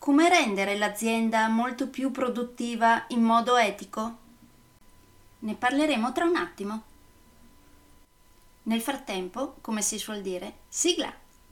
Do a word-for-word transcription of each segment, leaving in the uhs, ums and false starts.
Come rendere l'azienda molto più produttiva in modo etico? Ne parleremo tra un attimo. Nel frattempo, come si suol dire, sigla!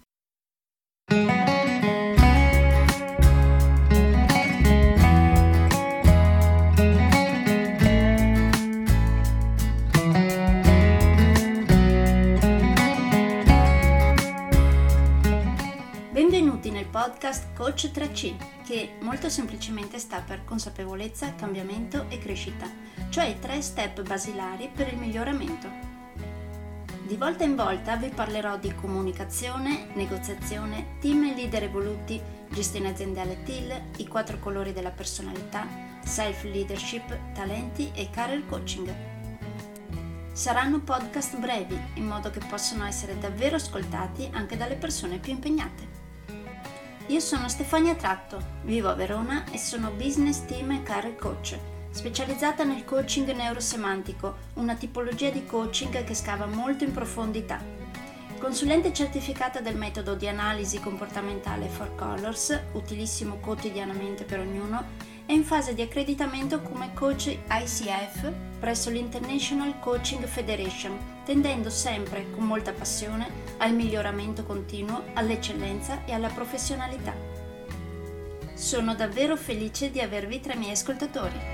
Benvenuti nel podcast Coach tre C, che molto semplicemente sta per consapevolezza, cambiamento e crescita, cioè i tre step basilari per il miglioramento. Di volta in volta vi parlerò di comunicazione, negoziazione, team e leader evoluti, gestione aziendale T I L, i quattro colori della personalità, self-leadership, talenti e career coaching. Saranno podcast brevi, in modo che possano essere davvero ascoltati anche dalle persone più impegnate. Io sono Stefania Tratto, vivo a Verona e sono Business Team e Career Coach, specializzata nel coaching neurosemantico, una tipologia di coaching che scava molto in profondità. Consulente certificata del metodo di analisi comportamentale Four Colors, utilissimo quotidianamente per ognuno, è in fase di accreditamento come coach I C F presso l'International Coaching Federation, tendendo sempre con molta passione al miglioramento continuo, all'eccellenza e alla professionalità. Sono davvero felice di avervi tra i miei ascoltatori.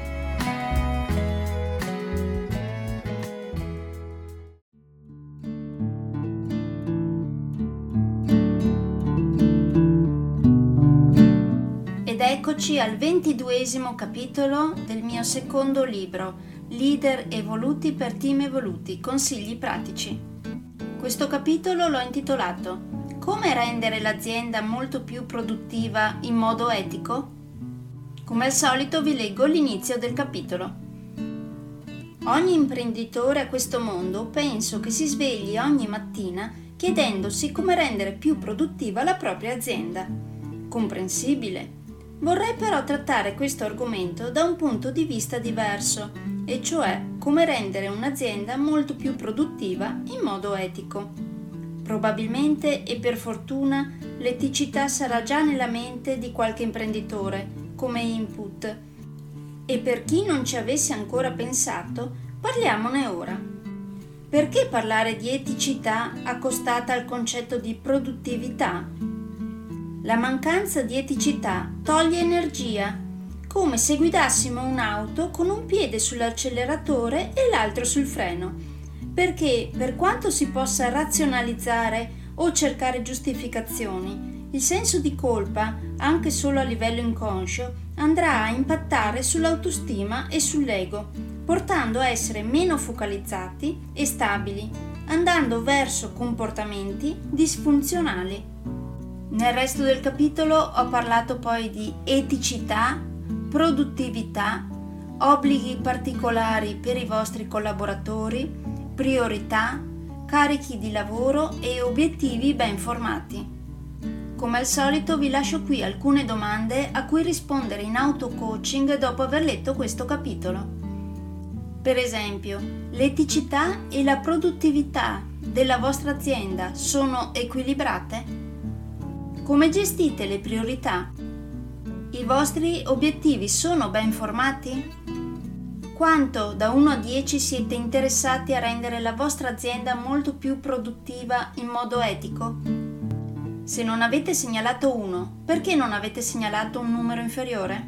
Ed eccoci al ventiduesimo capitolo del mio secondo libro, Leader evoluti per team evoluti, consigli pratici. Questo capitolo l'ho intitolato Come rendere l'azienda molto più produttiva in modo etico? Come al solito vi leggo l'inizio del capitolo. Ogni imprenditore a questo mondo penso che si svegli ogni mattina chiedendosi come rendere più produttiva la propria azienda. Comprensibile. Vorrei però trattare questo argomento da un punto di vista diverso, e cioè come rendere un'azienda molto più produttiva in modo etico. Probabilmente e per fortuna l'eticità sarà già nella mente di qualche imprenditore come input, e per chi non ci avesse ancora pensato, parliamone ora. Perché parlare di eticità accostata al concetto di produttività? La mancanza di eticità toglie energia, come se guidassimo un'auto con un piede sull'acceleratore e l'altro sul freno, perché per quanto si possa razionalizzare o cercare giustificazioni, il senso di colpa, anche solo a livello inconscio, andrà a impattare sull'autostima e sull'ego, portando a essere meno focalizzati e stabili, andando verso comportamenti disfunzionali. Nel resto del capitolo ho parlato poi di eticità, produttività, obblighi particolari per i vostri collaboratori, priorità, carichi di lavoro e obiettivi ben formati. Come al solito vi lascio qui alcune domande a cui rispondere in auto-coaching dopo aver letto questo capitolo. Per esempio, l'eticità e la produttività della vostra azienda sono equilibrate? Come gestite le priorità? I vostri obiettivi sono ben formati? Quanto da uno a dieci siete interessati a rendere la vostra azienda molto più produttiva in modo etico? Se non avete segnalato uno, perché non avete segnalato un numero inferiore?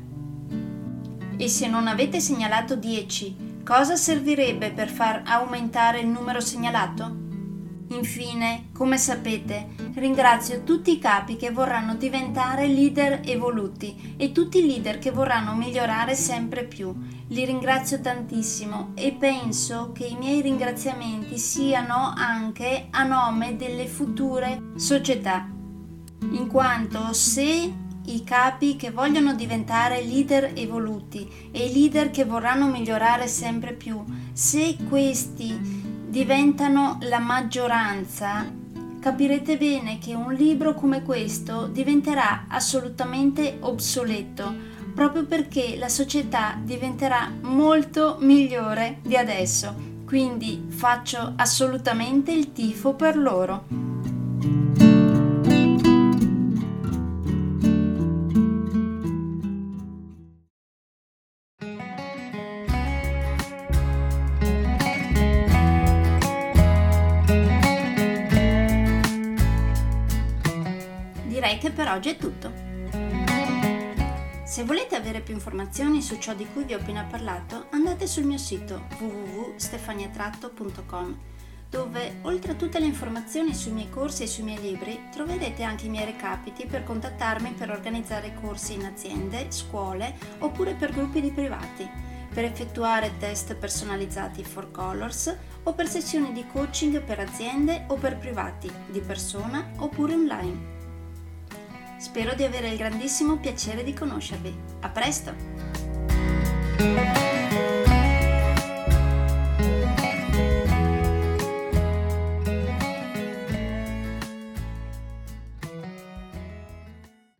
E se non avete segnalato dieci, cosa servirebbe per far aumentare il numero segnalato? Infine, come sapete, ringrazio tutti i capi che vorranno diventare leader evoluti e tutti i leader che vorranno migliorare sempre più. Li ringrazio tantissimo e penso che i miei ringraziamenti siano anche a nome delle future società, in quanto se i capi che vogliono diventare leader evoluti e i leader che vorranno migliorare sempre più, se questi diventano la maggioranza, capirete bene che un libro come questo diventerà assolutamente obsoleto, proprio perché la società diventerà molto migliore di adesso. Quindi faccio assolutamente il tifo per loro. per oggi è tutto. Se volete avere più informazioni su ciò di cui vi ho appena parlato, andate sul mio sito w w w punto stefania tratto punto com, dove, oltre a tutte le informazioni sui miei corsi e sui miei libri, troverete anche i miei recapiti per contattarmi per organizzare corsi in aziende, scuole oppure per gruppi di privati, per effettuare test personalizzati for Colors o per sessioni di coaching per aziende o per privati, di persona oppure online. Spero di avere il grandissimo piacere di conoscervi. A presto!